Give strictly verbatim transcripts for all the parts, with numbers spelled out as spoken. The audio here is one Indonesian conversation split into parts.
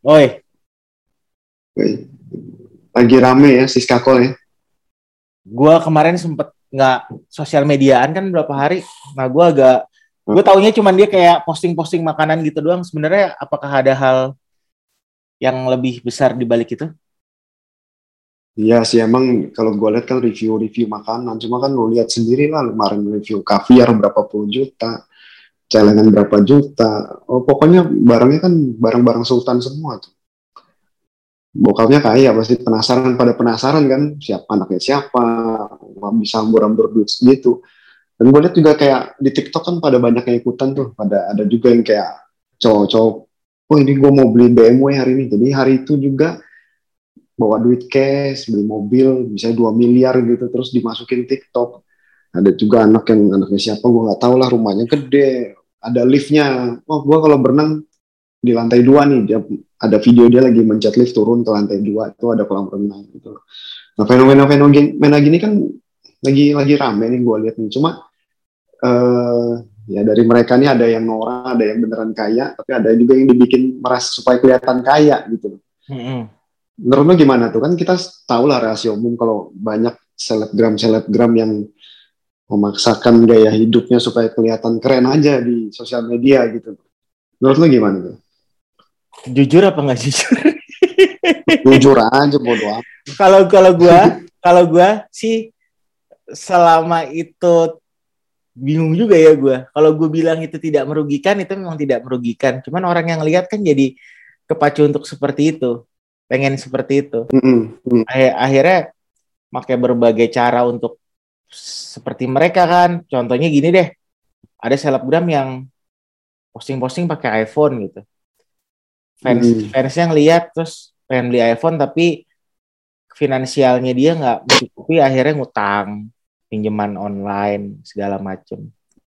Oi, Wih, lagi rame ya Siska Call ya. gue kemarin sempet nggak sosial mediaan kan berapa hari. Nah, gue agak, gue taunya cuman dia kayak posting-posting makanan gitu doang. Sebenarnya apakah ada hal yang lebih besar di balik itu? Iya sih emang kalau gue lihat kan review-review makanan. Cuma kan lu lihat sendiri lah kemarin review kaviar berapa puluh juta, celengan berapa juta. Oh pokoknya barangnya kan barang-barang sultan semua tuh. Bokapnya kaya pasti penasaran pada penasaran kan siapa anaknya siapa, wah, bisa hambur-hambur duit gitu. Dan gue lihat juga kayak di TikTok kan pada banyak yang ikutan tuh. Pada ada juga yang kayak cowok-cowok. Oh ini gue mau beli B M W hari ini. Jadi hari itu juga bawa duit cash, beli mobil, bisa dua miliar gitu, terus dimasukin TikTok. Ada juga anak yang anaknya siapa, gue nggak tahu lah, rumahnya gede, ada liftnya. Oh, gue kalau berenang di lantai dua nih, dia ada video dia lagi mencet lift turun ke lantai dua, itu ada kolam renang gitu. Nah, fenomena-fenomena gini kan lagi lagi rame nih gue lihat nih. Cuma eh, ya dari mereka nih ada yang norak, ada yang beneran kaya, tapi ada juga yang dibikin merasa supaya kelihatan kaya gitu. Mm-mm. Menurut lo gimana tuh? Kan kita tahu lah rahasia umum kalau banyak selebgram-selebgram yang memaksakan gaya hidupnya supaya kelihatan keren aja di sosial media gitu. Menurut lo gimana tuh? Jujur apa nggak jujur? Jujur aja bodo amat. Kalau kalau gue, kalau gue sih selama itu bingung juga ya gue. Kalau gue bilang itu tidak merugikan, itu memang tidak merugikan. Cuman orang yang lihat kan jadi kepacu untuk seperti itu, pengen seperti itu. Mm-mm, mm. Akhir- Akhirnya pakai berbagai cara untuk seperti mereka kan. Contohnya gini deh, ada selebgram yang posting-posting pakai iPhone gitu. Fans Mm. fans yang lihat terus pengen beli iPhone tapi finansialnya dia nggak mencukupi, akhirnya ngutang, pinjaman online segala macem.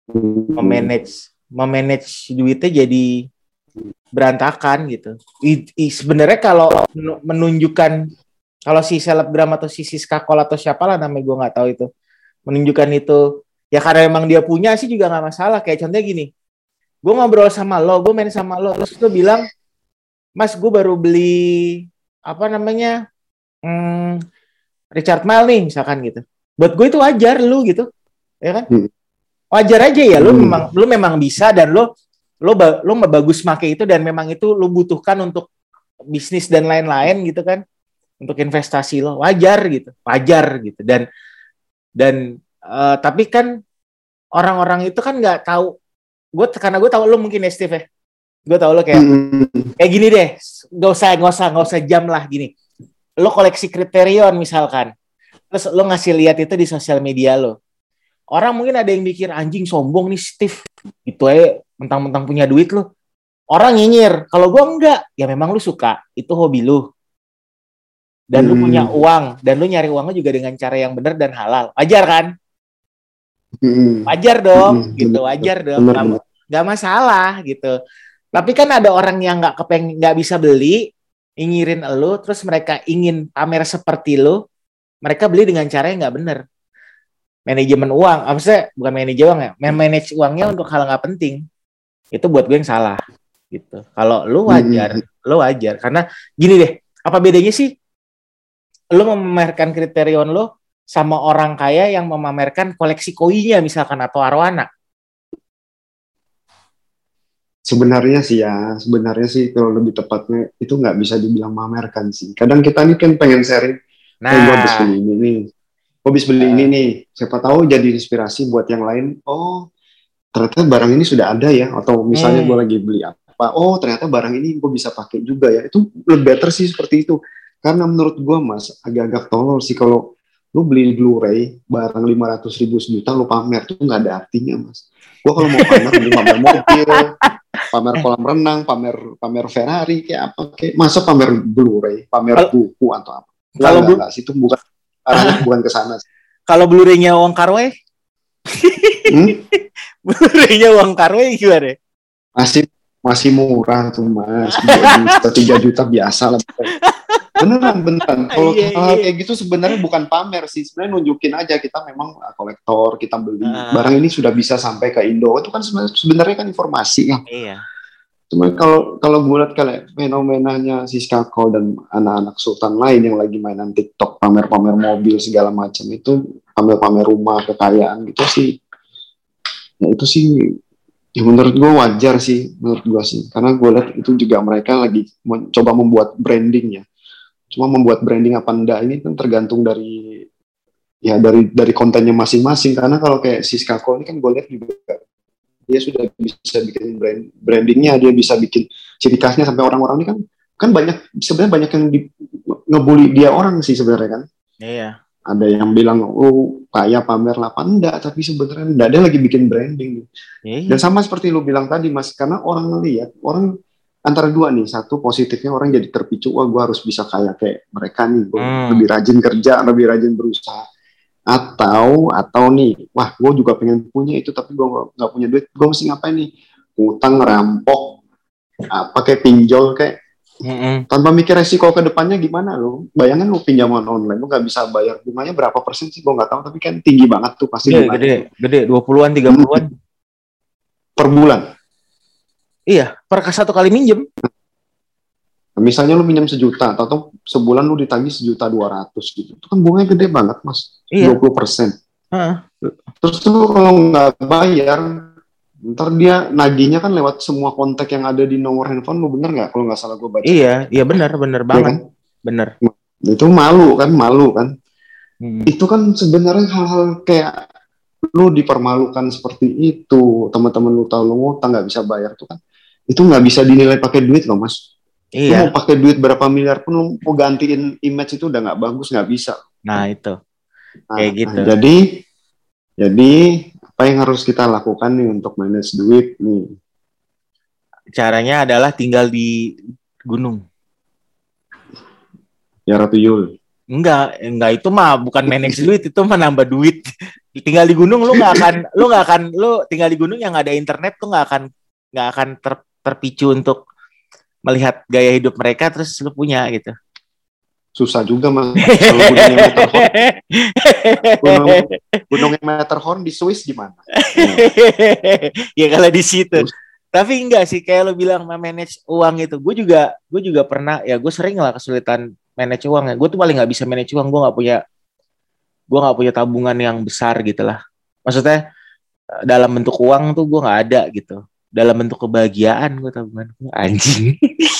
Memanage memanage duitnya jadi berantakan gitu. I, i, sebenarnya kalau menunjukkan kalau si selebgram atau si Siska Kol atau siapalah namanya gue nggak tahu itu menunjukkan itu ya karena emang dia punya sih juga nggak masalah. Kayak contohnya gini, gue ngobrol sama lo, gue main sama lo, terus lo bilang, Mas gue baru beli apa namanya hmm, Richard Mille nih misalkan gitu. Buat gue itu wajar lu gitu, ya kan? Mm. Wajar aja ya, lu Mm. memang lu memang bisa dan lo lo lo bagus make itu dan memang itu lo butuhkan untuk bisnis dan lain-lain gitu kan, untuk investasi lo, wajar gitu, wajar gitu. Dan dan uh, tapi kan orang-orang itu kan nggak tahu. Gue karena gue tahu lo mungkin ya Steve ya, gue tahu lo kayak Mm. kayak gini deh, nggak usah nggak usah nggak usah jam lah gini. Lo koleksi Criterion misalkan, terus lo ngasih lihat itu di sosial media lo. Orang mungkin ada yang mikir anjing sombong nih Steve, gitu aja mentang-mentang punya duit lo. Orang nyinyir. Kalau gue enggak, ya memang lu suka, itu hobi lu. Dan lu punya Mm. uang, dan lu nyari uangnya juga dengan cara yang benar dan halal. Wajar kan? Mm. Wajar dong, Mm. gitu. Bener, Wajar dong, bener, nggak, bener. nggak masalah gitu. Tapi kan ada orang yang nggak kepeng, nggak bisa beli, ingin lu, terus mereka ingin pamer seperti lu, mereka beli dengan cara yang nggak benar. Manajemen uang, maksudnya bukan manajemen uang ya, manage uangnya untuk hal nggak penting. Itu buat gue yang salah gitu. Kalau lu wajar, Mm. lu wajar karena gini deh, apa bedanya sih lu memamerkan kriterion lu sama orang kaya yang memamerkan koleksi koinya misalkan atau arwana? Sebenarnya sih ya, sebenarnya sih kalau lebih tepatnya itu nggak bisa dibilang mamerkan sih. Kadang kita nih kan pengen sharing, eh gue habis Nah, beli ini nih, gue habis beli ini uh, nih. Siapa tahu jadi inspirasi buat yang lain. Oh, ternyata barang ini sudah ada ya. Atau misalnya gue hmm, lagi beli apa, oh ternyata barang ini gue bisa pakai juga ya. Itu lebih better sih seperti itu. Karena menurut gue mas, agak-agak tolol sih kalau lu beli Blu-ray barang lima ratus ribu sejuta lu pamer tuh nggak ada artinya mas. Gue kalau mau pamer mending pamer mobil, pamer eh, kolam renang, pamer pamer Ferrari kayak apa kayak masa pamer Blu-ray, pamer kalau buku atau apa. Enggak kalau enggak blu enggak sih itu bukan arahnya bukan ke sana. kalau Blu-ray-nya Wong Kar-wai, Hmm? Blu-ray-nya Wong Kar-wai gimana? Masih masih murah tuh mas, dua juta, tiga juta biasa lah. Beneran, beneran. Kalau Iya, hal iya. kayak gitu sebenarnya bukan pamer sih, sebenarnya nunjukin aja kita memang kolektor, kita beli Uh, barang ini sudah bisa sampai ke Indo. Itu kan sebenarnya, sebenarnya kan informasi ya. iya. Cuma kalau kalau gue lihat kayak fenomenanya Siska Cole dan anak-anak Sultan lain yang lagi mainan TikTok pamer-pamer mobil segala macam itu, pamer-pamer rumah kekayaan gitu sih. Ya itu sih ya menurut gue wajar sih, menurut gue sih. Karena gue lihat itu juga mereka lagi mencoba membuat branding ya. Cuma membuat branding apa enggak ini kan tergantung dari ya dari dari kontennya masing-masing. Karena kalau kayak Siska Cole ini kan gue lihat juga dia sudah bisa bikin brand brandingnya, dia bisa bikin ciri khasnya sampai orang-orang ini kan kan banyak sebenarnya banyak yang di, ngebully dia orang sih sebenarnya kan. Iya. Ada yang bilang oh kayak pamer lah, enggak, tapi sebenarnya enggak, dia lagi bikin branding. Iya. Dan sama seperti lu bilang tadi Mas, karena orang ngelihat, orang antara dua nih, satu positifnya orang jadi terpicu, wah gue harus bisa kayak kayak mereka nih, gue Hmm. lebih rajin kerja, lebih rajin berusaha. Atau atau nih, wah gue juga pengen punya itu tapi gue nggak punya duit, gue mesti ngapain nih? Utang, rampok, apa kayak pinjol kayak Mm-mm. tanpa mikir resiko ke depannya gimana lo? Bayangin lo pinjaman online, lo nggak bisa bayar bunganya berapa persen sih? Gue nggak tahu, tapi kan tinggi banget tuh pasti Gede, bunganya gede, gede, dua puluhan, tiga puluhan. per bulan. Iya, per satu kali minjem. Nah, misalnya lu minjam sejuta, atau sebulan lu ditagih sejuta dua ratus gitu, itu kan bunganya gede banget mas, Iya. dua puluh persen. Heeh. Terus lu kalau nggak bayar, ntar dia nagihnya kan lewat semua kontak yang ada di nomor handphone lu, bener nggak? Kalau nggak salah gue baca. Iya, iya benar, benar Ya banget, kan? benar. Itu malu kan, malu kan. Hmm. Itu kan sebenarnya hal-hal kayak lu dipermalukan seperti itu, teman-teman lu tahu lu ngutang nggak bisa bayar tuh kan, itu nggak bisa dinilai pakai duit loh mas. Lu Iya. mau pakai duit berapa miliar pun lu mau gantiin image itu udah nggak bagus, nggak bisa. Nah itu, Nah, kayak gitu. nah, jadi, jadi apa yang harus kita lakukan nih untuk manage duit nih? Caranya adalah tinggal di gunung. Ya Ratu Yul. Enggak, enggak itu mah bukan manage duit, itu mah nambah duit. Tinggal di gunung lu nggak akan, lu nggak akan, lu tinggal di gunung yang ada internet tuh nggak akan, nggak akan ter, terpicu untuk melihat gaya hidup mereka terus lu punya gitu. Susah juga mas. Kalau gunungnya Matterhorn, gunung, gunungnya Matterhorn di Swiss gimana? Ya kalau di situ. Terus. Tapi enggak sih, kayak lo bilang manage uang itu. Gue juga, gue juga pernah, ya gue sering lah kesulitan manage uang ya. Gue tuh paling nggak bisa manage uang. Gue nggak punya, gue nggak punya tabungan yang besar gitu lah. Maksudnya dalam bentuk uang tuh gue nggak ada gitu. Dalam bentuk kebahagiaan gue tabungan. Anjing.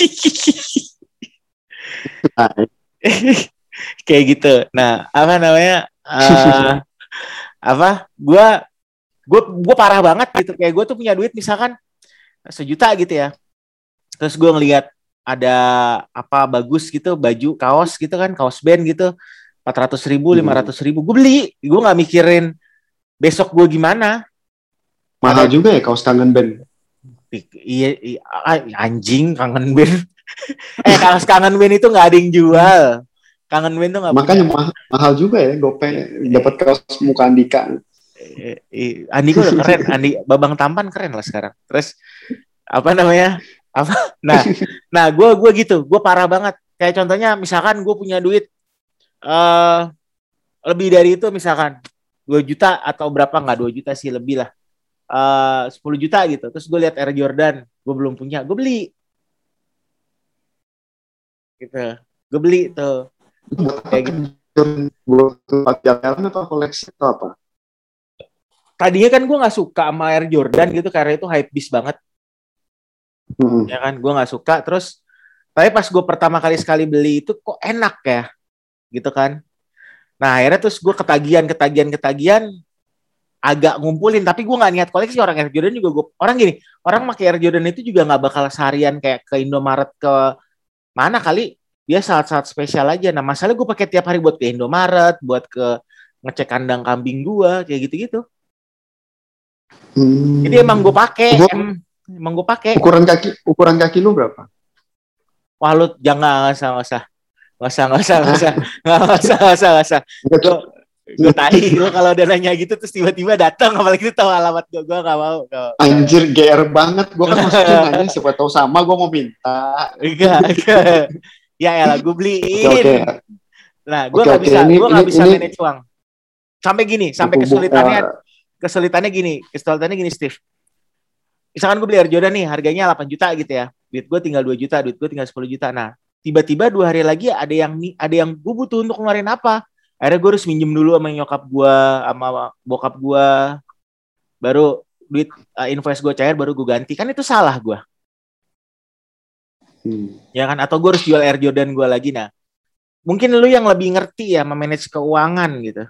Kayak gitu. Nah, apa namanya? Uh, apa? Gue, gue, gue parah banget gitu. Kayak gue tuh punya duit misalkan sejuta gitu ya. Terus gue ngelihat ada apa bagus gitu, baju, kaos gitu kan, kaos band gitu, empat ratus ribu, lima ratus ribu, gue beli. Gue nggak mikirin besok gue gimana. Mahal ada, juga ya kaos kangen band. Iya, iya anjing kangen band. eh kaos kangen band itu nggak ada yang jual. Kangen band tuh nggak. Makanya punya. Mahal, mahal juga ya, gope dapat kaos muka Andika. Andi gue udah keren, Andi Babang Tampan keren lah sekarang. Terus apa namanya? Apa? Nah, nah gue gue gitu, gue parah banget. Kayak contohnya, misalkan gue punya duit uh, lebih dari itu, misalkan dua juta atau berapa, nggak dua juta sih, lebih lah, uh, sepuluh juta gitu. Terus gue lihat Air Jordan, gue belum punya, gue beli. Gitu, gue beli tuh. Kayak gitu. Buat jalan atau koleksi atau apa? Tadinya kan gue nggak suka sama Air Jordan gitu karena itu hype beast banget, hmm. ya kan, gue nggak suka. Terus tapi pas gue pertama kali sekali beli itu kok enak ya, gitu kan. Nah akhirnya terus gue ketagihan, ketagihan, ketagihan, agak ngumpulin. Tapi gue nggak niat koleksi. Orang Air Jordan juga gue, orang gini, orang pakai Air Jordan itu juga nggak bakal seharian kayak ke Indomaret ke mana kali. Dia saat-saat spesial aja. Nah masalahnya gue pakai tiap hari buat ke Indomaret, buat ke ngecek kandang kambing gue, kayak gitu-gitu. Hmm. Jadi emang gue pakai, em, emang gue pakai. Ukuran kaki, ukuran kaki lu berapa? Wah lu jangan, nggak usah, nggak usah, nggak usah, nggak usah, nggak usah, nggak usah, nggak usah, nggak usah. Gue, gue tahi lu kalau udah nanya gitu terus tiba-tiba datang, apalagi tahu alamat gue, gue nggak mau. Gak. Anjir, G R banget. Gue kan maksudnya nanya siapa tahu sama, gue mau minta. Enggak, enggak. Ya elah, gue beliin. Oke, okay, okay. Nah, gue nggak okay, bisa, okay. gue nggak bisa ini, manage uang. Sampai gini, sampai kesulitannya. Uh, kesulitannya gini, kesulitannya gini Steve. misalkan gue beli Air Jordan nih, harganya delapan juta gitu ya. Duit gue tinggal dua juta, duit gue tinggal sepuluh juta. Nah, tiba-tiba dua hari lagi ada yang ada yang gue butuh untuk ngeluarin apa? Akhirnya gue harus minjem dulu sama nyokap gue, sama bokap gue. Baru duit uh, invoice gue cair, baru gue ganti. Kan itu salah gue. Hmm. Ya kan? Atau gue harus jual Air Jordan gue lagi. Nah, mungkin lu yang lebih ngerti ya memanage keuangan gitu.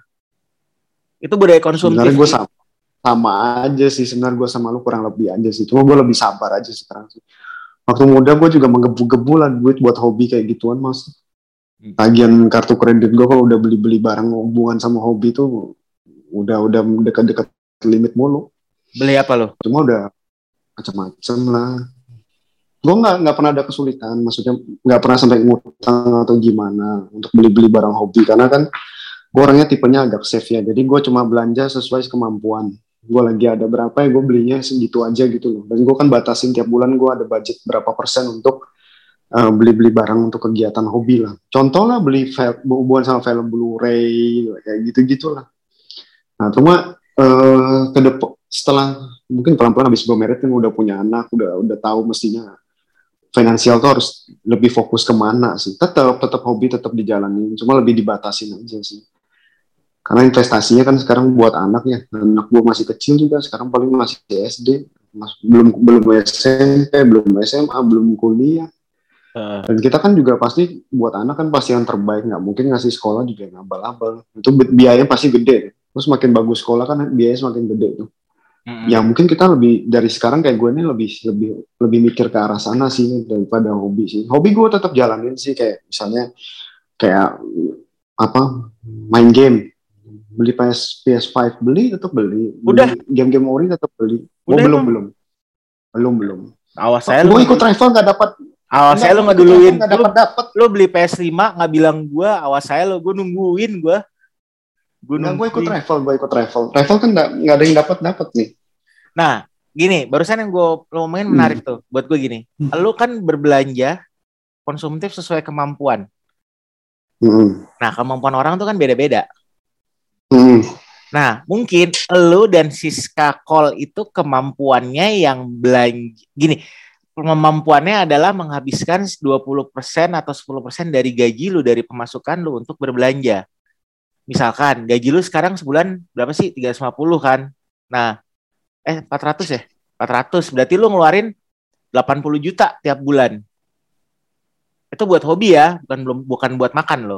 Itu budaya konsumtif. Sebenarnya gue sama, sama aja sih. Sebenarnya gue sama lu kurang lebih aja sih. Cuma gue lebih sabar aja sekarang sih. Waktu muda gue juga menggebu-gebu lah duit buat hobi kayak gituan, mas. Tagihan kartu kredit gue kalau udah beli-beli barang hubungan sama hobi tuh udah udah dekat-dekat limit mulu. Beli apa lo? Cuma udah macam-macam lah. Gue nggak nggak pernah ada kesulitan, maksudnya nggak pernah sampai ngutang atau gimana untuk beli-beli barang hobi, karena kan gue orangnya tipenya agak safe ya. Jadi gue cuma belanja sesuai kemampuan. Gue lagi ada berapa ya gue belinya segitu aja gitu loh. Dan gue kan batasin tiap bulan gue ada budget berapa persen untuk uh, beli-beli barang untuk kegiatan hobi lah. Contoh lah beli hubungan sama film Blu-ray kayak gitu-gitu lah. Nah cuma uh, ke depan setelah mungkin pelan-pelan habis gue married kan udah punya anak, udah udah tahu mestinya finansial tuh harus lebih fokus kemana sih. Tetap tetap hobi tetap dijalanin, cuma lebih dibatasin aja sih. Karena investasinya kan sekarang buat anak ya, anak gue masih kecil juga, sekarang paling masih S D, masih, belum belum S M P, belum S M A, belum kuliah. Uh. Dan kita kan juga pasti buat anak kan pasti yang terbaik, nggak mungkin ngasih sekolah juga yang abal-abal. Itu biayanya pasti gede. Terus makin bagus sekolah kan biayanya semakin gede tuh. Mm-hmm. Ya mungkin kita lebih dari sekarang kayak gue ini lebih lebih lebih mikir ke arah sana sih daripada hobi sih. Hobi gue tetap jalanin sih, kayak misalnya kayak apa main game. Beli P S P S lima beli tetap beli. Udah. Beli game-game ori tetap beli. Oh, belum belum. Belum belum. Awas saya lu. Gue ikut travel nggak dapat. Awas saya lu nggak duluin. Nggak dapat dapat. Lu beli P S lima nggak bilang gue. Awas saya lu. Gue nungguin gue. Gue nungguin. Gue ikut travel. Gue ikut travel. Travel kan nggak nggak ada yang dapat dapat nih. Nah gini. Barusan yang gue ngomongin menarik hmm. tuh. Buat gue gini. Hmm. Lu kan berbelanja konsumtif sesuai kemampuan. Hmm. Nah kemampuan orang tuh kan beda-beda. Hmm. Nah, mungkin lu dan Siska Kol itu kemampuannya yang belanja gini, kemampuannya adalah menghabiskan dua puluh persen atau sepuluh persen dari gaji lu, dari pemasukan lu untuk berbelanja. Misalkan gaji lu sekarang sebulan berapa sih? tiga ratus lima puluh kan. Nah, eh empat ratus ya? empat ratus berarti lu ngeluarin delapan puluh juta tiap bulan. Itu buat hobi ya, bukan belum bukan buat makan lo.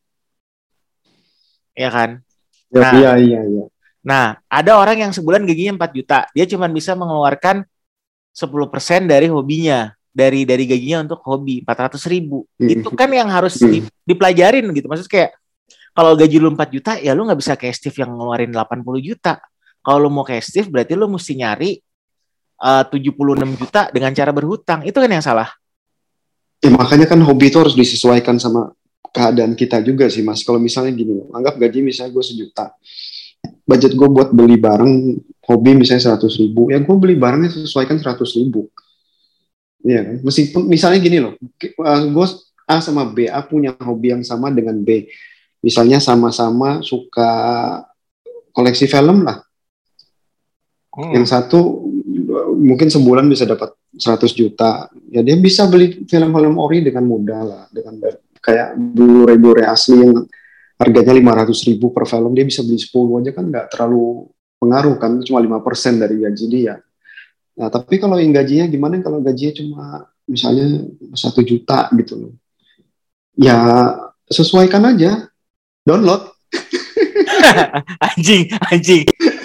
Iya kan? Nah, iya, iya, iya. Nah, ada orang yang sebulan gajinya empat juta. Dia cuma bisa mengeluarkan sepuluh persen dari hobinya. Dari dari gajinya untuk hobi, empat ratus ribu. Mm. Itu kan yang harus di, dipelajarin gitu. Maksudnya kayak, kalau gaji lu empat juta, ya lu gak bisa kayak Steve yang ngeluarin delapan puluh juta. Kalau lu mau kayak Steve, berarti lu mesti nyari uh, tujuh puluh enam juta dengan cara berhutang. Itu kan yang salah. Ya, makanya kan hobi itu harus disesuaikan sama keadaan kita juga sih mas. Kalau misalnya gini, anggap gaji misalnya gue sejuta, budget gue buat beli barang hobi misalnya seratus ribu, ya gue beli barangnya sesuaikan seratus ribu. Iya kan, meskipun misalnya gini loh, gue A sama B, A punya hobi yang sama dengan B, misalnya sama-sama suka koleksi film lah. Hmm. Yang satu mungkin sebulan bisa dapat seratus juta, ya dia bisa beli film-film ori dengan mudah lah, dengan kayak Blu-ray Blu-ray asli yang harganya lima ratus ribu per film, dia bisa beli sepuluh aja kan nggak terlalu pengaruh kan, cuma lima persen dari gaji dia. Nah tapi kalau yang gajinya gimana, kalau gajinya cuma misalnya satu juta gitu loh, ya sesuaikan aja, download. anjing anjing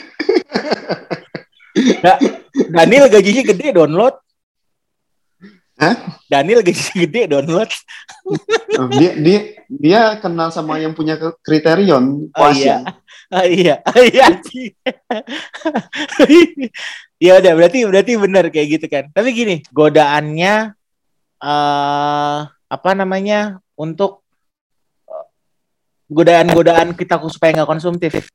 nah, Daniel gajinya gede, download. Hah? Daniel gajinya gede, download. dia dia dia kenal sama yang punya kriterion. Oh iya, oh iya, oh iya. Ya udah, berarti berarti benar kayak gitu kan. Tapi gini, godaannya uh, apa namanya untuk uh, godaan-godaan kita supaya nggak konsumtif.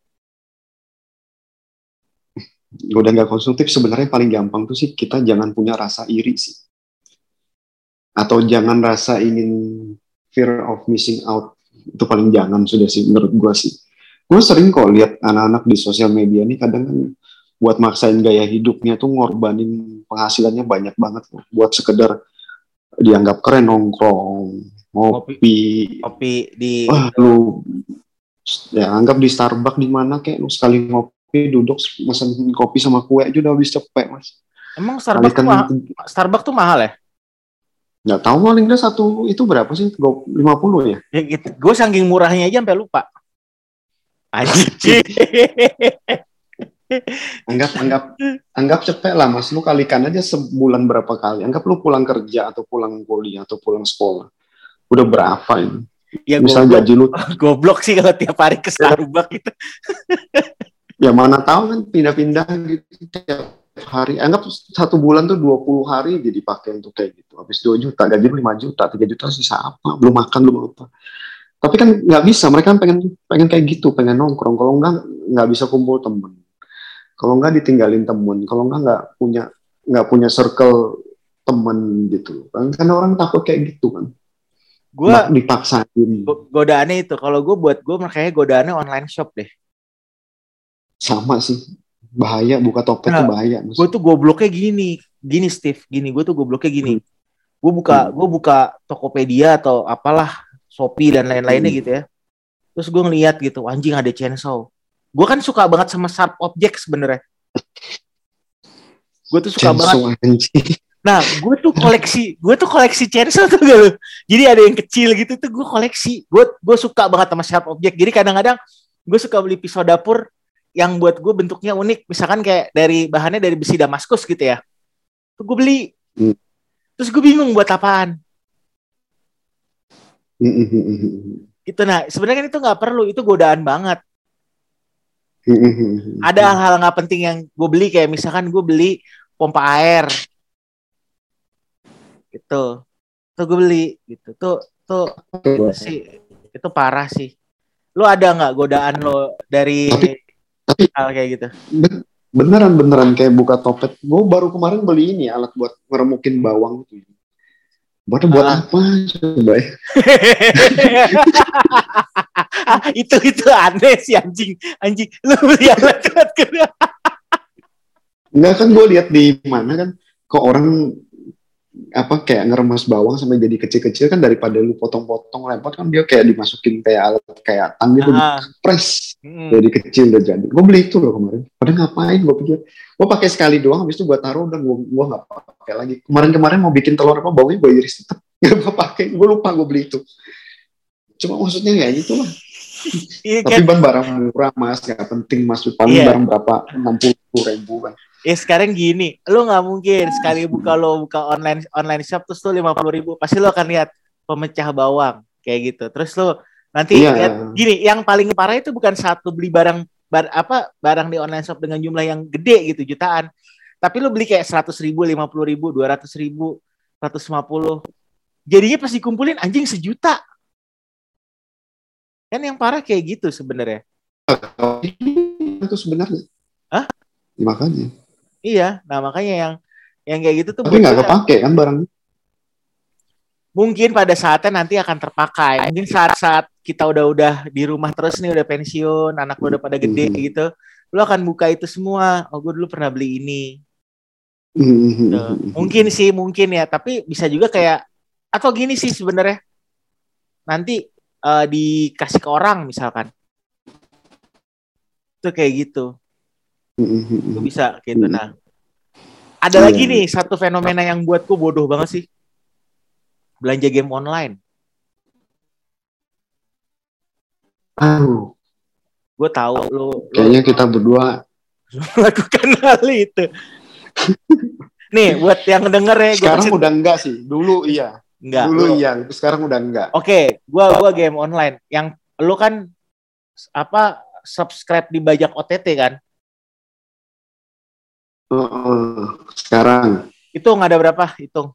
Godaan nggak konsumtif sebenarnya paling gampang tuh sih kita jangan punya rasa iri sih. Atau jangan rasa ingin fear of missing out, itu paling jangan sudah sih menurut gue sih. Gue sering kok lihat anak-anak di sosial media nih kadang kan buat maksain gaya hidupnya tuh ngorbanin penghasilannya banyak banget loh, buat sekedar dianggap keren nongkrong, ngopi, kopi di wah itu. lu ya anggap di Starbucks di mana kayak lu sekali ngopi duduk mesen kopi sama kue aja udah habis cepet mas. Emang Starbucks tuh Kalikan mahal, Starbucks tuh mahal ya? nggak tahu paling nggak satu itu berapa sih? lima puluh ya? Ya gitu. Gue saking murahnya aja sampai lupa. Anjir. anggap anggap anggap cepet lah mas, lu kalikan aja sebulan berapa kali, anggap lu pulang kerja atau pulang kuliah atau pulang sekolah udah berapa ini, Ya misal goblok. gaji lu Goblok sih kalau tiap hari ke Starbucks gitu. ya mana tahu kan pindah-pindah gitu tiap hari, anggap satu bulan tuh dua puluh hari jadi dipakai untuk kayak gitu, habis dua juta gaji lu lima juta, tiga juta sisa apa, belum makan belum apa. Tapi kan nggak bisa, mereka kan pengen pengen kayak gitu, pengen nongkrong, kalau enggak nggak bisa kumpul temen, kalau nggak ditinggalin temen, kalau nggak nggak punya nggak punya circle temen gitu kan, kan orang takut kayak gitu kan, Gue nggak dipaksain. godaannya itu, kalau gue buat gue makanya godaannya online shop deh. Sama sih, bahaya buka Tokped Nah, tuh bahaya mas. gue tuh gobloknya gini, gini Steve, gini gue tuh gobloknya gini. Hmm. Gue buka, Hmm. gue buka Tokopedia atau apalah, Shopee dan lain-lainnya Hmm. gitu ya. Terus gue ngeliat gitu, anjing ada chainsaw. Gue kan suka banget sama sharp object sebenarnya. Gue tuh suka Chainsaw banget. anjing. Nah, gue tuh koleksi, gue tuh koleksi chainsaw tuh gak lu. Jadi ada yang kecil gitu tuh gue koleksi. Gue gue suka banget sama sharp object. Jadi kadang-kadang gue suka beli pisau dapur yang buat gue bentuknya unik. Misalkan kayak dari bahannya dari besi Damaskus gitu ya. Tuh gue beli. Hmm. Terus gue bingung buat apaan. Hmm. Gitu, nah sebenarnya kan itu nggak perlu, itu godaan banget. Hmm. Ada hal-hal nggak penting yang gue beli, kayak misalkan gue beli pompa air gitu, tuh gue beli gitu, tuh tuh itu sih, itu parah sih. Lu ada nggak godaan lo dari tapi tapi hal kayak gitu? beneran beneran kayak buka Tokped. Gue baru kemarin beli ini alat buat ngeremukin bawang gitu. Buat buat Ah. apa coba ya? itu itu aneh sih anjing anjing lu beli alat buat kedua. Enggak kan, gue lihat di mana kan kok orang apa kayak ngeremas bawang sampai jadi kecil-kecil kan, daripada lu potong-potong lempar kan dia kayak dimasukin kayak alat kayak tang gitu, Ah. press Hmm. jadi kecil udah jadi. Gue beli itu loh kemarin. Padahal ngapain gue pikir, gue pakai sekali doang, habis itu gue taruh dan gue gue nggak pakai lagi. Kemarin-kemarin mau bikin telur apa bawangnya gue iris tetap nggak gue pakai. Gue lupa gue beli itu. Cuma maksudnya ya itu lah. Iya Tapi kan? ban barang murah mas, nggak penting mas. Paling Iya. barang berapa, enam puluh ribu kan. Ya sekarang gini, lu nggak mungkin sekali buka lo buka online online shop terus tuh lima puluh ribu, pasti lo akan lihat pemecah bawang kayak gitu. Terus lo nanti Iya. lihat gini, yang paling parah itu bukan satu beli barang bar, apa barang di online shop dengan jumlah yang gede gitu jutaan, tapi lo beli kayak seratus ribu, lima puluh ribu, dua ratus ribu, seratus lima puluh, jadinya pas dikumpulin anjing sejuta. Kan yang parah kayak gitu sebenarnya. Itu sebenarnya. Hah? Makanya. Iya, nah makanya yang yang kayak gitu tuh. Tapi nggak kepake kan barang. Mungkin pada saatnya nanti akan terpakai. Mungkin saat-saat kita udah-udah di rumah terus nih, udah pensiun, anak lu udah pada gede mm-hmm. gitu, lu akan buka itu semua. Oh, gue dulu pernah beli ini. Mm-hmm. Tuh. Mungkin sih, mungkin ya. Tapi bisa juga kayak, atau gini sih sebenarnya. Nanti uh, dikasih ke orang misalkan. Itu kayak gitu. Itu bisa gitu. Nah, ada yeah. lagi nih satu fenomena yang buatku bodoh banget sih. Belanja game online. Oh. Gue tahu lu. Kayaknya lu, kita berdua melakukan hal itu. Nih, buat yang denger ya. Sekarang gua udah enggak sih. Dulu iya. Enggak. Dulu lu. iya. Sekarang udah enggak. Oke, okay, gua gua game online. Yang lu kan apa? Subscribe di Bajak O T T kan? Uh, sekarang. Hitung ada berapa? Hitung.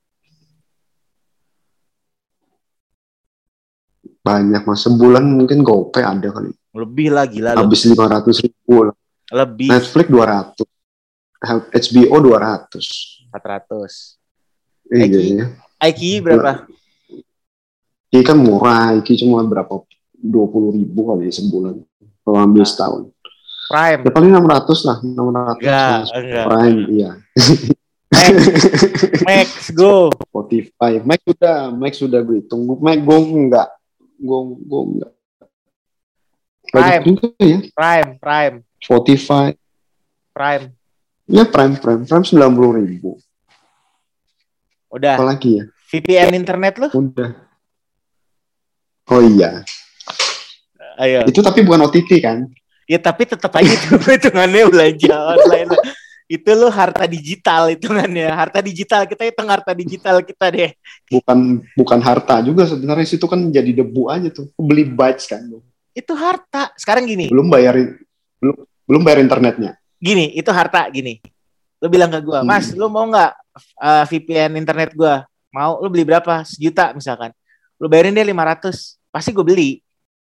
Banyak mas, sebulan mungkin GoPay ada kali. Lebih lagi lah. Habis lima ratus ribu lah. Lebih. Netflix dua ratus. H B O dua ratus. empat ratus. Iya, iya. I Q berapa? I Q kan murah. I Q cuma berapa? dua puluh ribu kali sebulan. Kalau ambil nah. setahun. Prime. Ya paling enam ratus lah, enam ratus. Enggak, enggak. Prime, iya. Max, Max, go. Spotify, Max sudah, Max sudah gue hitung. Max gue enggak, gue gue enggak. Prime, juga ya. Prime, Prime. Spotify. Prime. Ya Prime, Prime, Prime sembilan puluh ribu. Udah. Apalagi ya? V P N internet lu? Udah. Oh iya. Ayo. Itu tapi bukan O T T kan? Ya tapi tetap aja itu hitungannya belanja online. Itu lo harta digital hitungannya. Harta digital, kita hitung harta digital kita deh. Bukan bukan harta juga sebenarnya, situ kan jadi debu aja tuh. Beli bytes kan. Itu harta. Sekarang gini. Belum bayarin belum belum bayar internetnya. Gini, itu harta gini. Lo bilang ke gue, Mas, hmm. lo mau nggak uh, V P N internet gue? Mau? Lo beli berapa? Sejuta misalkan. Lo bayarin dia lima ratus. Pasti gue beli.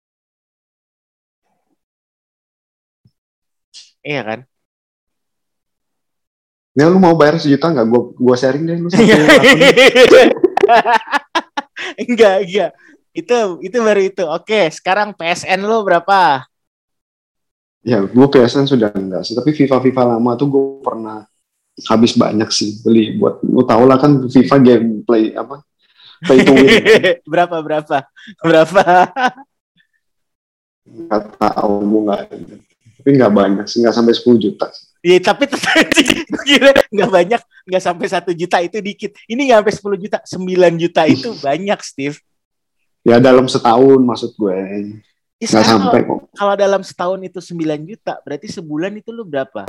Iya kan? Ya lu mau bayar sejuta nggak? Gue gue sharing deh lu satu enggak, enggak. Itu itu baru itu. Oke, sekarang P S N lu berapa? Ya, gue P S N sudah enggak sih. Tapi FIFA FIFA lama tuh gue pernah habis banyak sih beli buat. Lu tau lah kan FIFA gameplay apa? Play to win. Kan? berapa berapa berapa? Nggak tahu gue nggak. Tapi nggak banyak sih, nggak sampai sepuluh juta. Iya, tapi tetap kira nggak banyak, nggak sampai satu juta itu dikit. Ini nggak sampai sepuluh juta, sembilan juta itu banyak, Steve. Ya dalam setahun maksud gue. Ya, nggak sampai kok. Kalau dalam setahun itu sembilan juta, berarti sebulan itu lu berapa?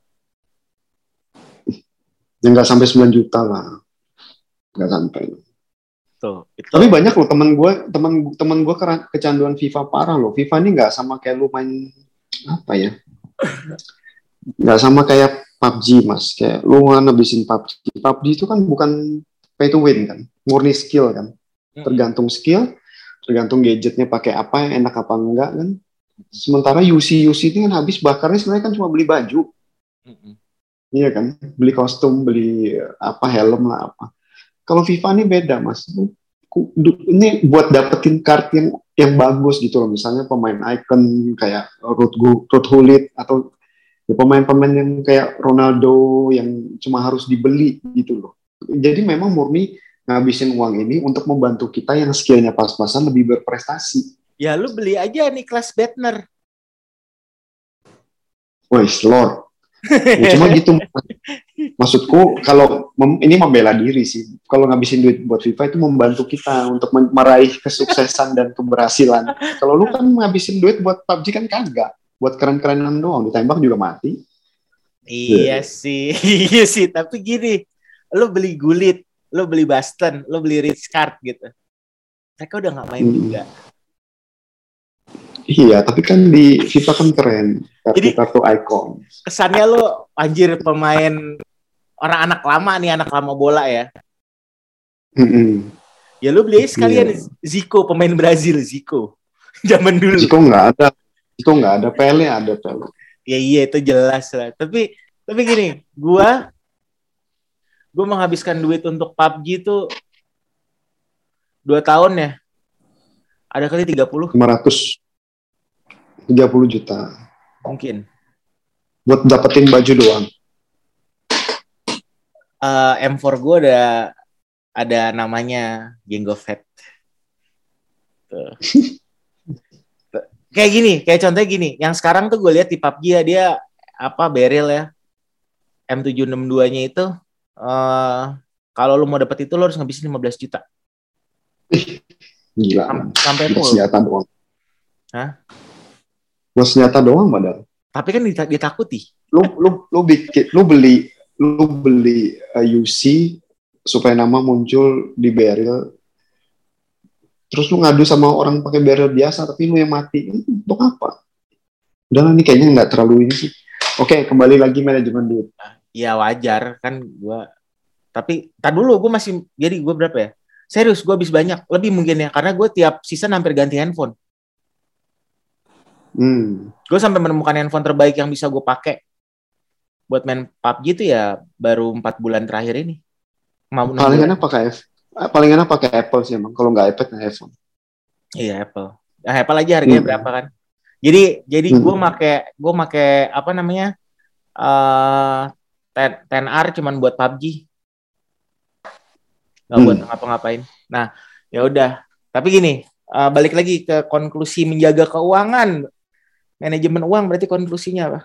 Ya nggak sampai sembilan juta lah, nggak sampai. Tuh, itu. Tapi banyak loh teman gue, teman teman gue kecanduan FIFA parah loh. FIFA ini nggak sama kayak lu main apa ya? Nggak sama kayak P U B G mas, kayak lu ngabisin P U B G. P U B G itu kan bukan pay to win kan, murni skill kan, tergantung skill, tergantung gadgetnya pakai apa, yang enak apa enggak kan. Sementara U C U C itu kan habis bakarnya sebenarnya kan cuma beli baju, mm-hmm. Iya kan, beli kostum, beli apa helm lah apa. Kalau FIFA ini beda mas, ini buat dapetin card yang yang bagus gitu loh, misalnya pemain icon kayak Ruud Gullit atau ya, pemain-pemain yang kayak Ronaldo yang cuma harus dibeli gitu loh. Jadi memang murni ngabisin uang ini untuk membantu kita yang skillnya pas-pasan lebih berprestasi. Ya lu beli aja Niklas Bettner. Woi, Lord. Ya, cuma gitu. Maksudku kalau mem- ini membela diri sih. Kalau ngabisin duit buat FIFA itu membantu kita untuk meraih kesuksesan dan keberhasilan. Kalau lu kan ngabisin duit buat P U B G kan kagak. Buat keren-kerenan doang, ditembak juga mati. Iya yeah. sih, iya sih. Tapi gini, lu beli Gullit, lu beli Boston, lu beli Rijkaard gitu. Mereka udah nggak main hmm. juga. Iya, tapi kan di FIFA kan keren. Kartu-kartu icon. Kesannya lu anjir pemain orang anak lama nih, anak lama bola ya. Mm-hmm. Ya lu beli sekalian yeah. Zico, pemain Brazil, Zico. Zaman dulu. Zico nggak ada. Itu nggak ada, Pele ada Pele. Ya iya itu jelas lah. Tapi tapi gini, gua gua menghabiskan duit untuk P U B G itu dua tahun ya. Ada kali tiga puluh. lima ratus tiga puluh juta. Mungkin. Buat dapetin baju doang. Uh, M empat gua ada ada namanya Jango Fett. Tuh. Kayak gini, kayak contohnya gini, yang sekarang tuh gue lihat di P U B G ya, dia apa Beryl ya, M tujuh enam dua-nya itu, uh, kalau lu mau dapet itu lo harus ngabisin lima belas juta. Gila. Sam- sampai full. Senjata doang. Hah? Buat senjata doang padahal. Tapi kan dit- ditakuti. Lu lu lu bikin, lu beli, lu beli uh, U C supaya nama muncul di Beryl. Terus lu ngadu sama orang pakai barrel biasa, tapi lu yang mati. Untuk apa? Udah lah, ini kayaknya nggak terlalu ini sih. Oke, kembali lagi manajemen duit. Ya wajar, kan gue. Tapi, tak dulu gue masih, jadi gue berapa ya? Serius, gue habis banyak. Lebih mungkin ya, karena gue tiap season hampir ganti handphone. Hmm. Gue sampai menemukan handphone terbaik yang bisa gue pakai. Buat main P U B G itu ya, baru empat bulan terakhir ini. Mau paling enak pakai F. Paling enak pakai Apple sih emang. Kalau nggak iPad, nggak iPhone. Iya Apple. Nah, Apple aja harganya hmm. berapa kan? Jadi jadi Hmm. gue make gue make apa namanya eh ten R cuman buat P U B G, nggak buat Hmm. ngapa-ngapain. Nah ya udah. Tapi gini, eh, balik lagi ke konklusi menjaga keuangan, manajemen uang berarti konklusinya apa?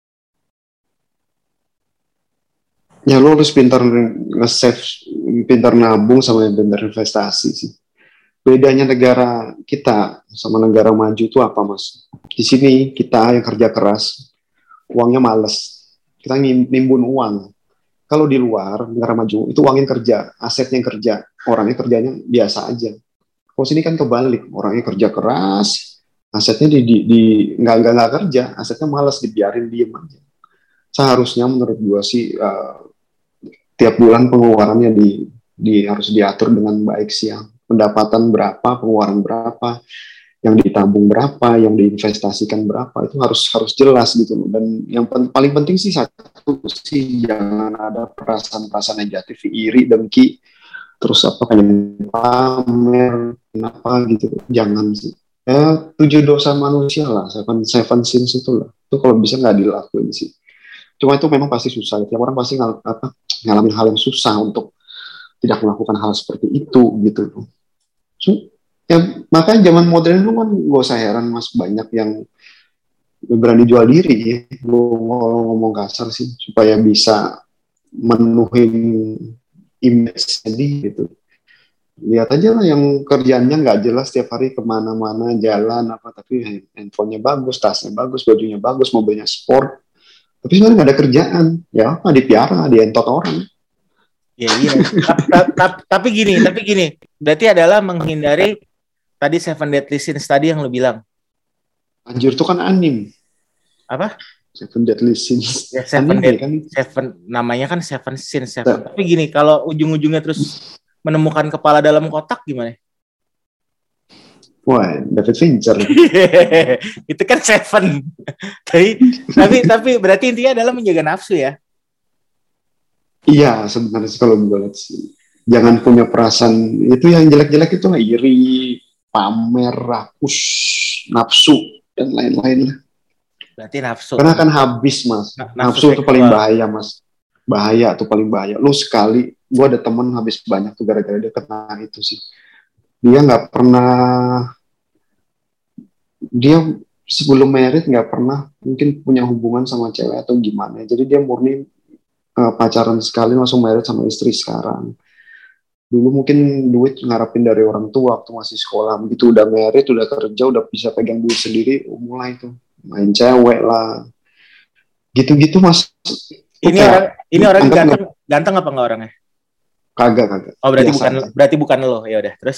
Ya lo harus pintar nge-save, pintar nabung sama yang pintar investasi sih. Bedanya negara kita sama negara maju itu apa, Mas? Di sini kita yang kerja keras, uangnya males. Kita nimbun uang. Kalau di luar negara maju itu uangnya kerja, asetnya yang kerja, orangnya kerjanya biasa aja. Kalau sini kan kebalik, orangnya kerja keras, asetnya di, di, di nggak nggak nggak kerja, asetnya malas dibiarin diem aja. Seharusnya menurut gua sih uh, tiap bulan pengeluarannya di, di harus diatur dengan baik sih ya. Pendapatan berapa, pengeluaran berapa, yang ditabung berapa, yang diinvestasikan berapa, itu harus harus jelas gitu loh. Dan yang pen, paling penting sih satu sih jangan ada perasaan-perasaan negatif, iri, dengki, terus apa pengen pamer, kenapa gitu, jangan sih. Ya tujuh dosa manusia lah, seven, seven sins itu lah. Itu kalau bisa nggak dilakuin sih. Cuma itu memang pasti susah. Tiap orang pasti ngal, apa, ngalamin hal yang susah untuk tidak melakukan hal seperti itu gitu. So, ya, makanya zaman modern itu kan gak usah heran mas, banyak yang berani jual diri ya. Kalau ngomong kasar sih, supaya bisa menuhin image dia gitu. Lihat aja lah yang kerjaannya nggak jelas tiap hari kemana-mana jalan apa, tapi handphonenya bagus, tasnya bagus, bajunya bagus, mobilnya sport, tapi sebenarnya nggak ada kerjaan. Ya apa, dipiara, dientot orang. Ya iya. Tapi gini, tapi gini, berarti adalah menghindari tadi Seven Deadly Sins tadi yang lo bilang. Anjir, itu kan anim. Apa? Seven Deadly Sins. Ya, Seven Anime Dead, kan. Seven namanya kan Seven Sins Seven. Tapi gini, kalau ujung-ujungnya terus menemukan kepala dalam kotak gimana? Wah, David Fincher. Itu kan Seven. tapi, tapi tapi berarti intinya adalah menjaga nafsu ya. Iya, sebenarnya sih kalau gue lihat sih, jangan punya perasaan itu yang jelek-jelek itu lah, iri, pamer, rakus, nafsu dan lain-lain lah. Berarti nafsu. Karena akan habis mas. Nafsu, Nafsu itu paling bahaya mas. Bahaya tuh paling bahaya. Lu sekali, gue ada temen habis banyak tuh gara-gara dia kena itu sih. Dia nggak pernah, dia sebelum married nggak pernah mungkin punya hubungan sama cewek atau gimana. Jadi dia murni uh, pacaran sekali langsung married sama istri sekarang. Dulu mungkin duit ngarapin dari orang tua waktu masih sekolah, begitu udah married, udah kerja, udah bisa pegang duit sendiri, oh, mulai tuh main cewek lah, gitu-gitu mas. Ini kayak, orang ini orang ganteng, gak, ganteng apa enggak orangnya? Kagak kagak. Oh berarti Biasa bukan aja. Berarti bukan lo, ya udah terus.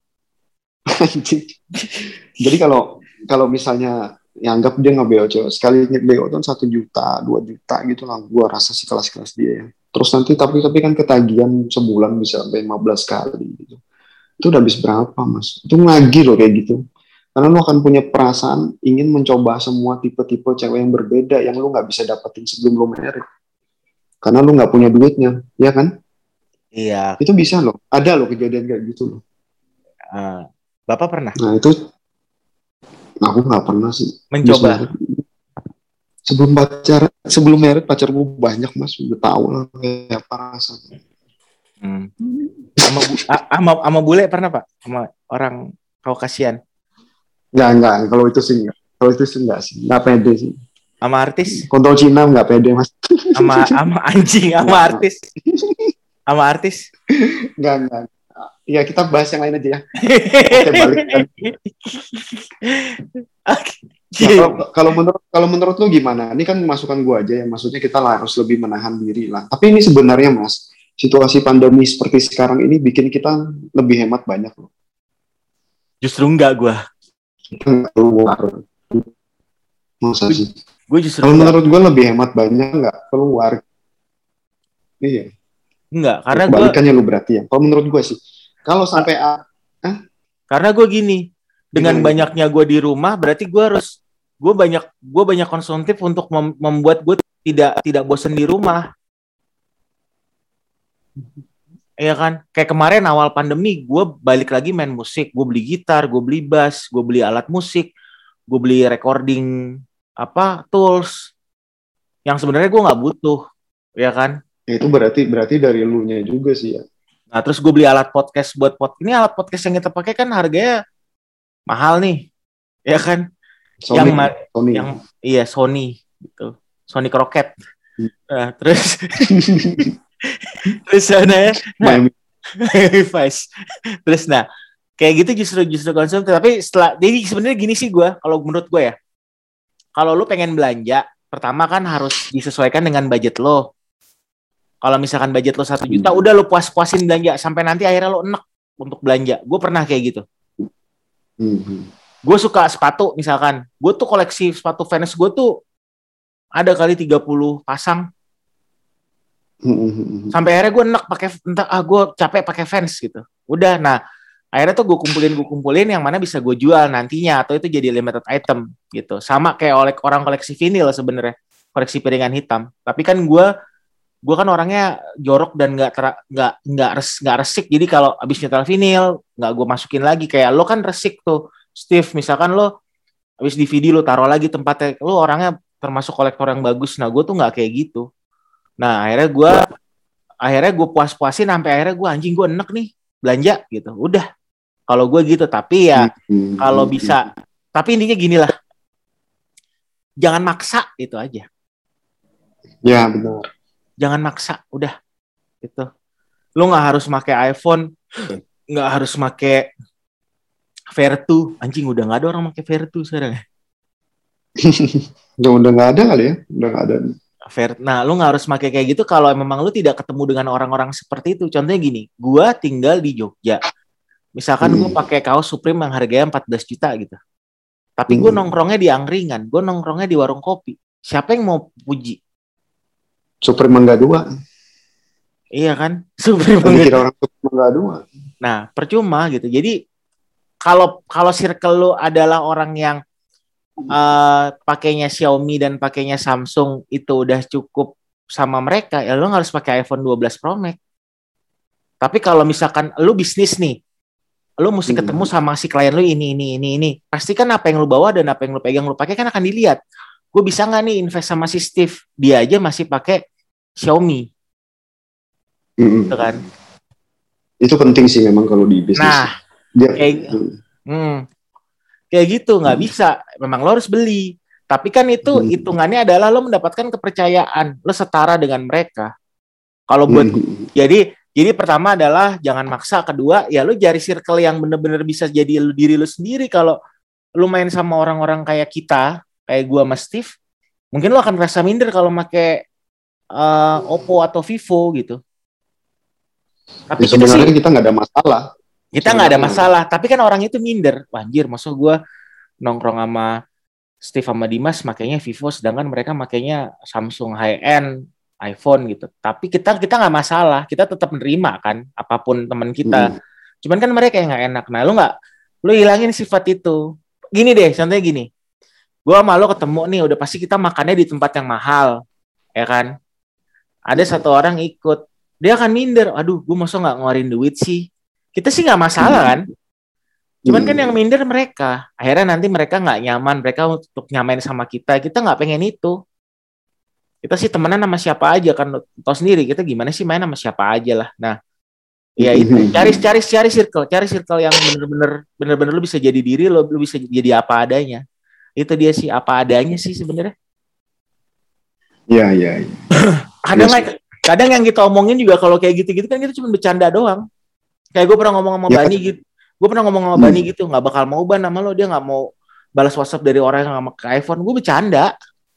Jadi kalau kalau misalnya ya anggap dia nge-B O cewek, sekali nge-B O tuh satu juta, dua juta gitu lah, gua rasa sih kelas-kelas dia ya. Terus nanti tapi tapi kan ketagihan sebulan bisa sampai lima belas kali gitu. Itu udah habis berapa mas? Itu ngagi loh kayak gitu. Karena lo akan punya perasaan ingin mencoba semua tipe-tipe cewek yang berbeda yang lo nggak bisa dapetin sebelum lo married. Karena lo nggak punya duitnya, ya kan? Iya. Itu bisa loh. Ada loh kejadian kayak gitu loh. Uh, Bapak pernah? Nah itu aku nggak pernah sih. Mencoba. Sebelum pacar, sebelum married pacar gue banyak mas, udah tahu lah kayak apa rasanya. Hmm. Sama, bu- sama, sama bule pernah pak? Sama orang Kaukasian? Enggak, enggak. Kalau itu sih enggak. Kalau itu sih enggak sih. Enggak pede sih. Sama artis? Kontrol Cina enggak pede mas. Sama sama anjing, sama artis. Sama artis? Enggak, enggak. Ya kita bahas yang lain aja ya. Oke, balik kan. Nah, kalau, kalau menurut kalau menurut lu gimana? Ini kan masukan gua aja ya. Maksudnya kita harus lebih menahan diri lah. Tapi ini sebenarnya mas, situasi pandemi seperti sekarang ini bikin kita lebih hemat banyak loh. Justru enggak gua. Kita enggak keluar. Masa sih? Gue justru kalau menurut gue lebih hemat banyak nggak keluar. Iya. Enggak, karena gue. Kebalikannya lu berarti ya. Kalau menurut gue sih, kalau sampai ah, karena gue gini, dengan gimana? Banyaknya gue di rumah, berarti gue harus, gue banyak, gue banyak konsumtif untuk mem- membuat gue tidak tidak bosan di rumah. Iya kan, kayak kemarin awal pandemi, gue balik lagi main musik, gue beli gitar, gue beli bass, gue beli alat musik. gue beli recording apa tools yang sebenarnya gue nggak butuh, ya kan? Ya, itu berarti berarti dari lu nya juga sih ya. Nah terus gue beli alat podcast buat pod. Ini alat podcast yang kita pakai kan harganya mahal nih, ya kan? Sony, yang ma- Sony. yang iya Sony gitu, Sony Crockett. Hmm. Nah, terus terus sana ya, nah, Vice. Terus nah kayak gitu justru justru konsumtif. Tapi setelah jadi sebenarnya gini sih gue, kalau menurut gue ya, kalau lu pengen belanja, pertama kan harus disesuaikan dengan budget lo. Kalau misalkan budget lo satu juta, hmm. udah lo puas-puasin belanja sampai nanti akhirnya lo enek untuk belanja. Gue pernah kayak gitu. Hmm. Gue suka sepatu misalkan, gue tuh koleksi sepatu Vans gue tuh ada kali tiga puluh pasang. Hmm. Sampai akhirnya gue enek pakai, entah ah gue capek pakai Vans gitu. Udah, nah akhirnya tuh gue kumpulin gue kumpulin yang mana bisa gue jual nantinya atau itu jadi limited item gitu. Sama kayak oleh orang koleksi vinil sebenarnya, koleksi piringan hitam. Tapi kan gue gue kan orangnya jorok dan nggak nggak nggak res, nggak resik, jadi kalau abis nyetel vinil nggak gue masukin lagi. Kayak lo kan resik tuh Steve, misalkan lo abis D V D lo taruh lagi tempatnya, lo orangnya termasuk kolektor yang bagus. Nah gue tuh nggak kayak gitu. Nah akhirnya gue akhirnya gue puas-puasin sampai akhirnya gue anjing gue enek nih belanja gitu. Udah kalau gue gitu. Tapi ya hmm. kalau bisa, tapi intinya gini lah, jangan maksa, itu aja. Ya benar. Jangan maksa, udah gitu. Lo nggak harus pakai iPhone, nggak harus pakai Vertu. Anjing udah nggak ada orang pakai Vertu sekarang. udah udah nggak ada kali ya, udah nggak ada. Nah, lo nggak harus pakai kayak gitu kalau memang lo tidak ketemu dengan orang-orang seperti itu. Contohnya gini, gue tinggal di Jogja. Misalkan hmm. gue pakai kaos Supreme yang harganya empat belas juta gitu. Tapi gue hmm. nongkrongnya di angkringan, gue nongkrongnya di warung kopi. Siapa yang mau puji? Super Mangga dua. Iya kan? Super Mangga. Kira orang Super Mangga dua. Nah, percuma gitu. Jadi kalau kalau circle lu adalah orang yang uh, pakainya Xiaomi dan pakainya Samsung, itu udah cukup sama mereka, ya lu harus pakai iPhone dua belas Pro Max. Tapi kalau misalkan lu bisnis nih, lu mesti ketemu sama si klien lu ini ini ini ini. Pasti kan apa yang lu bawa dan apa yang lu pegang lu pakai kan akan dilihat. Gue bisa nggak nih invest sama si Steve? Dia aja masih pakai Xiaomi, mm-hmm. gitu kan? Itu penting sih memang kalau di bisnis. Nah, Dia, kayak, hmm, kayak gitu nggak hmm. bisa. Memang lo harus beli. Tapi kan itu hmm. hitungannya adalah lo mendapatkan kepercayaan, lo setara dengan mereka. Kalau buat, hmm. jadi, jadi pertama adalah jangan maksa. Kedua, ya lo cari circle yang bener-bener bisa jadi lo, diri lo sendiri. Kalau lo main sama orang-orang kayak kita, kayak gue sama Steve, mungkin lo akan merasa minder kalau pakai uh, Oppo atau Vivo gitu. Tapi ya, sebenarnya kita nggak ada masalah. Kita nggak ada masalah. Tapi kan orang itu minder. Anjir, maksud gue nongkrong sama Steve sama Dimas makanya Vivo, sedangkan mereka makanya Samsung high-end, iPhone gitu. Tapi kita kita nggak masalah. Kita tetap menerima kan apapun teman kita. Hmm. Cuman kan mereka yang nggak enak. Nah, lu nggak, lu hilangin sifat itu. Gini deh, contohnya gini. Gue sama lo ketemu nih, udah pasti kita makannya di tempat yang mahal, ya kan? Ada satu orang ikut, dia akan minder. Aduh, gue masa nggak ngeluarin duit sih? Kita sih nggak masalah kan? Cuman kan yang minder mereka. Akhirnya nanti mereka nggak nyaman, mereka untuk nyamain sama kita. Kita nggak pengen itu. Kita sih temenan sama siapa aja kan? Tahu sendiri kita gimana sih main sama siapa aja lah. Nah, ya itu. Cari cari cari circle, cari circle yang bener-bener bener-bener lu bisa jadi diri lo, lu bisa jadi apa adanya. Itu dia sih, apa adanya sih sebenarnya. Iya, iya, iya. Kadang, yes. kadang yang kita omongin juga kalau kayak gitu-gitu kan kita cuma bercanda doang. Kayak gue pernah ngomong sama ya. Bani gitu. Gue pernah ngomong sama hmm. Bani gitu, nggak bakal mau ban sama lo, dia nggak mau balas WhatsApp dari orang yang nggak pakai iPhone. Gue bercanda.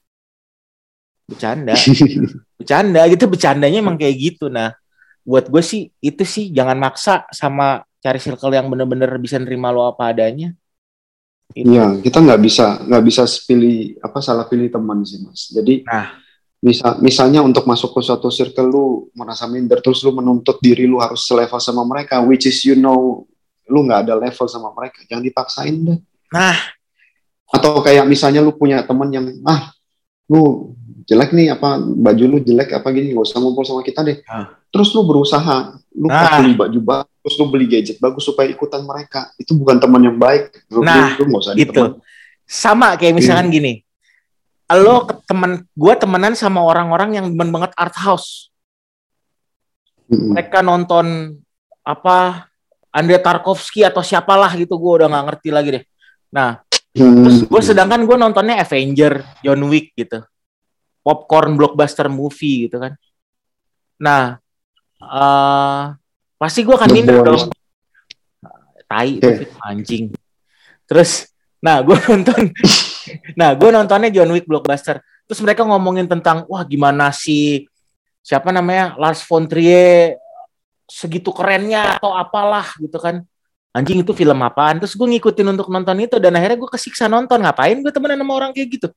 Bercanda. bercanda gitu, bercandanya emang kayak gitu. Nah, buat gue sih, itu sih jangan maksa sama cari circle yang bener-bener bisa nerima lo apa adanya. Iya, kita nggak bisa nggak bisa pilih apa salah pilih teman sih mas. Jadi nah. misal misalnya untuk masuk ke suatu circle lu merasa minder terus lu menuntut diri lu harus selevel sama mereka, which is you know lu nggak ada level sama mereka, jangan dipaksain deh. Nah, atau kayak misalnya lu punya teman yang ah lu jelek nih apa baju lu jelek apa gini nggak usah ngumpul sama kita deh. Nah. Terus lu berusaha lu nah. beli baju bagus, terus lu beli gadget bagus supaya ikutan mereka, itu bukan teman yang baik. Lu, nah, lu, lu gak usah itu. Sama kayak misalkan hmm. gini, lo temen, gue temenan sama orang-orang yang demen banget art house. Hmm. Mereka nonton apa Andrei Tarkovsky atau siapalah gitu, gue udah nggak ngerti lagi deh. Nah, hmm. terus gue sedangkan gue nontonnya Avenger, John Wick gitu, popcorn blockbuster movie gitu kan. Nah, uh, pasti gue akan minder dong. Tai itu okay. Film anjing. Terus, nah gue nonton, nah gue nontonnya John Wick blockbuster. Terus mereka ngomongin tentang, wah gimana sih, siapa namanya, Lars von Trier, segitu kerennya atau apalah gitu kan. Anjing itu film apaan? Terus gue ngikutin untuk nonton itu dan akhirnya gue kesiksa nonton. Ngapain gue temenan sama orang kayak gitu?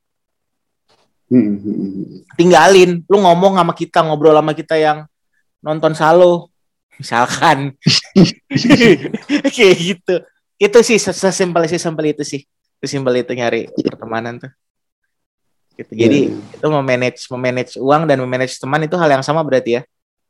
Tinggalin, lu ngomong sama kita, ngobrol sama kita yang nonton Salo, misalkan. Kayak gitu. Itu sih sesimpel sesimpel itu sih. Sesimpel itu nyari pertemanan tuh. Gitu. Jadi yeah. itu memanage memanage uang dan memanage teman itu hal yang sama berarti ya.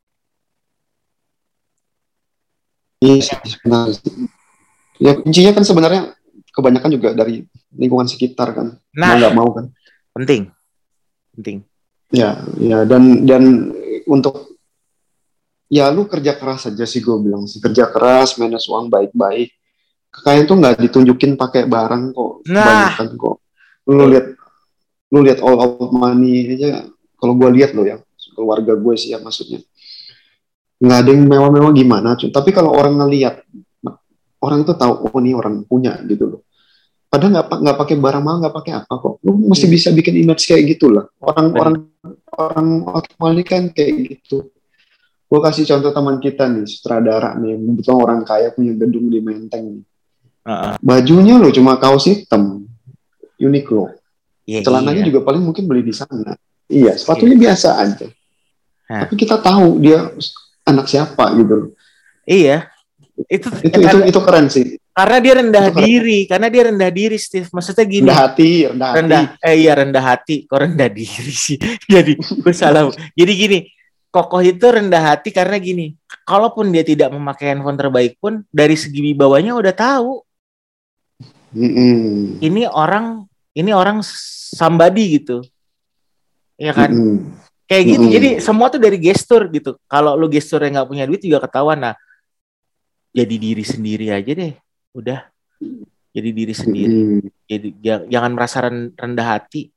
Iya sebenarnya. Ya kuncinya kan sebenarnya kebanyakan juga dari lingkungan sekitar kan. Nah, nggak mau kan. Penting. Penting. Ya, ya dan dan untuk ya lu kerja keras aja sih gue bilang sih, kerja keras, manage uang baik-baik. Kekayaan tuh nggak ditunjukin pakai barang kok, nah. kebanyakan kok. Lu lihat, lu lihat all out money aja. Kalau gue lihat lo ya, keluarga gue sih ya maksudnya, nggak ada yang mewah-mewah gimana. Cuy. Tapi kalau orang ngelihat, orang itu tahu oh ini orang punya gitu loh. Padahal nggak nggak pakai barang mahal, nggak pakai apa kok. Lu mesti hmm. bisa bikin image kayak gitulah. Orang-orang orang orang ini kan kayak gitu. Gue kasih contoh teman kita nih, sutradara nih, kebetulan orang kaya punya gedung di Menteng nih. Uh-uh. Bajunya loh cuma kaos hitam, Uniqlo. Yeah, celananya yeah. juga paling mungkin beli di sana. Iya, sepatunya yeah. biasa aja. Huh. Tapi kita tahu dia anak siapa gitu loh. Iya. Itu itu itu, itu, itu keren sih. Karena dia rendah diri, karena dia rendah diri, Steve. Maksudnya gini. Rendah hati, rendah, rendah hati. Eh iya rendah hati, kok rendah diri sih. Jadi gue salah. Jadi gini, Kokoh itu rendah hati karena gini, kalaupun dia tidak memakai handphone terbaik pun, dari segi wibawanya udah tahu. Mm-mm. Ini orang, ini orang somebody gitu, ya kan? Mm-mm. Kayak gitu. Mm-mm. Jadi semua tuh dari gestur gitu. Kalau lu gesturnya nggak punya duit juga ketahuan. Nah, jadi diri sendiri aja deh, udah. Jadi diri sendiri. Mm-mm. Jadi jangan merasa rendah hati.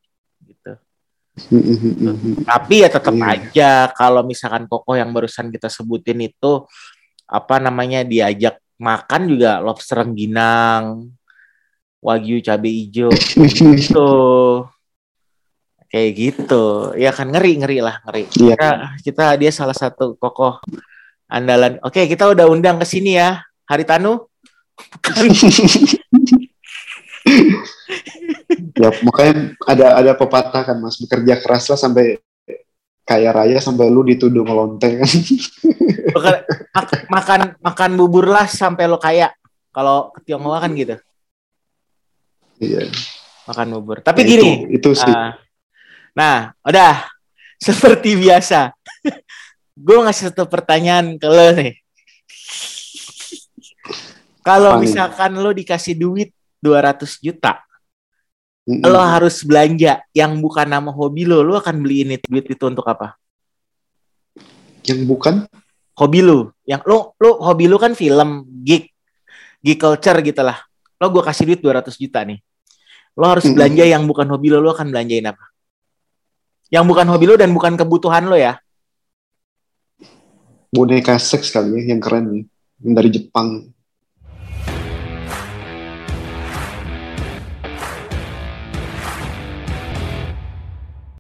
Tapi ya tetap yeah. aja kalau misalkan Kokoh yang barusan kita sebutin itu apa namanya diajak makan juga lobster rengginang, wagyu cabe hijau gitu. Kayak gitu. Ya kan ngeri-ngeri lah, ngeri. Yeah. Kita, kita dia salah satu Kokoh andalan. Oke, kita udah undang ke sini ya. Haritanu. Ya makanya ada ada pepatah kan Mas, bekerja keraslah sampai kaya raya sampai lu dituduh ngelonteng kan. makan makan bubur lah sampai lo kaya. Kalau ke Tionghoa kan gitu. Iya. Makan bubur. Tapi ya, gini. Itu, itu sih. Uh, nah, udah seperti biasa. Gue ngasih satu pertanyaan ke lo nih. Kalau misalkan lo dikasih duit dua ratus juta, mm-hmm. lo harus belanja yang bukan nama hobi lo, lo akan beliin itu, duit itu untuk apa? Yang bukan? Hobi lo, yang lo, lo hobi lo kan film, geek, geek culture gitu lah. Lo gue kasih duit dua ratus juta nih, lo harus mm-hmm. belanja yang bukan hobi lo, lo akan belanjain apa? Yang bukan hobi lo dan bukan kebutuhan lo ya? Boneka seks kali ya, yang keren nih, yang dari Jepang.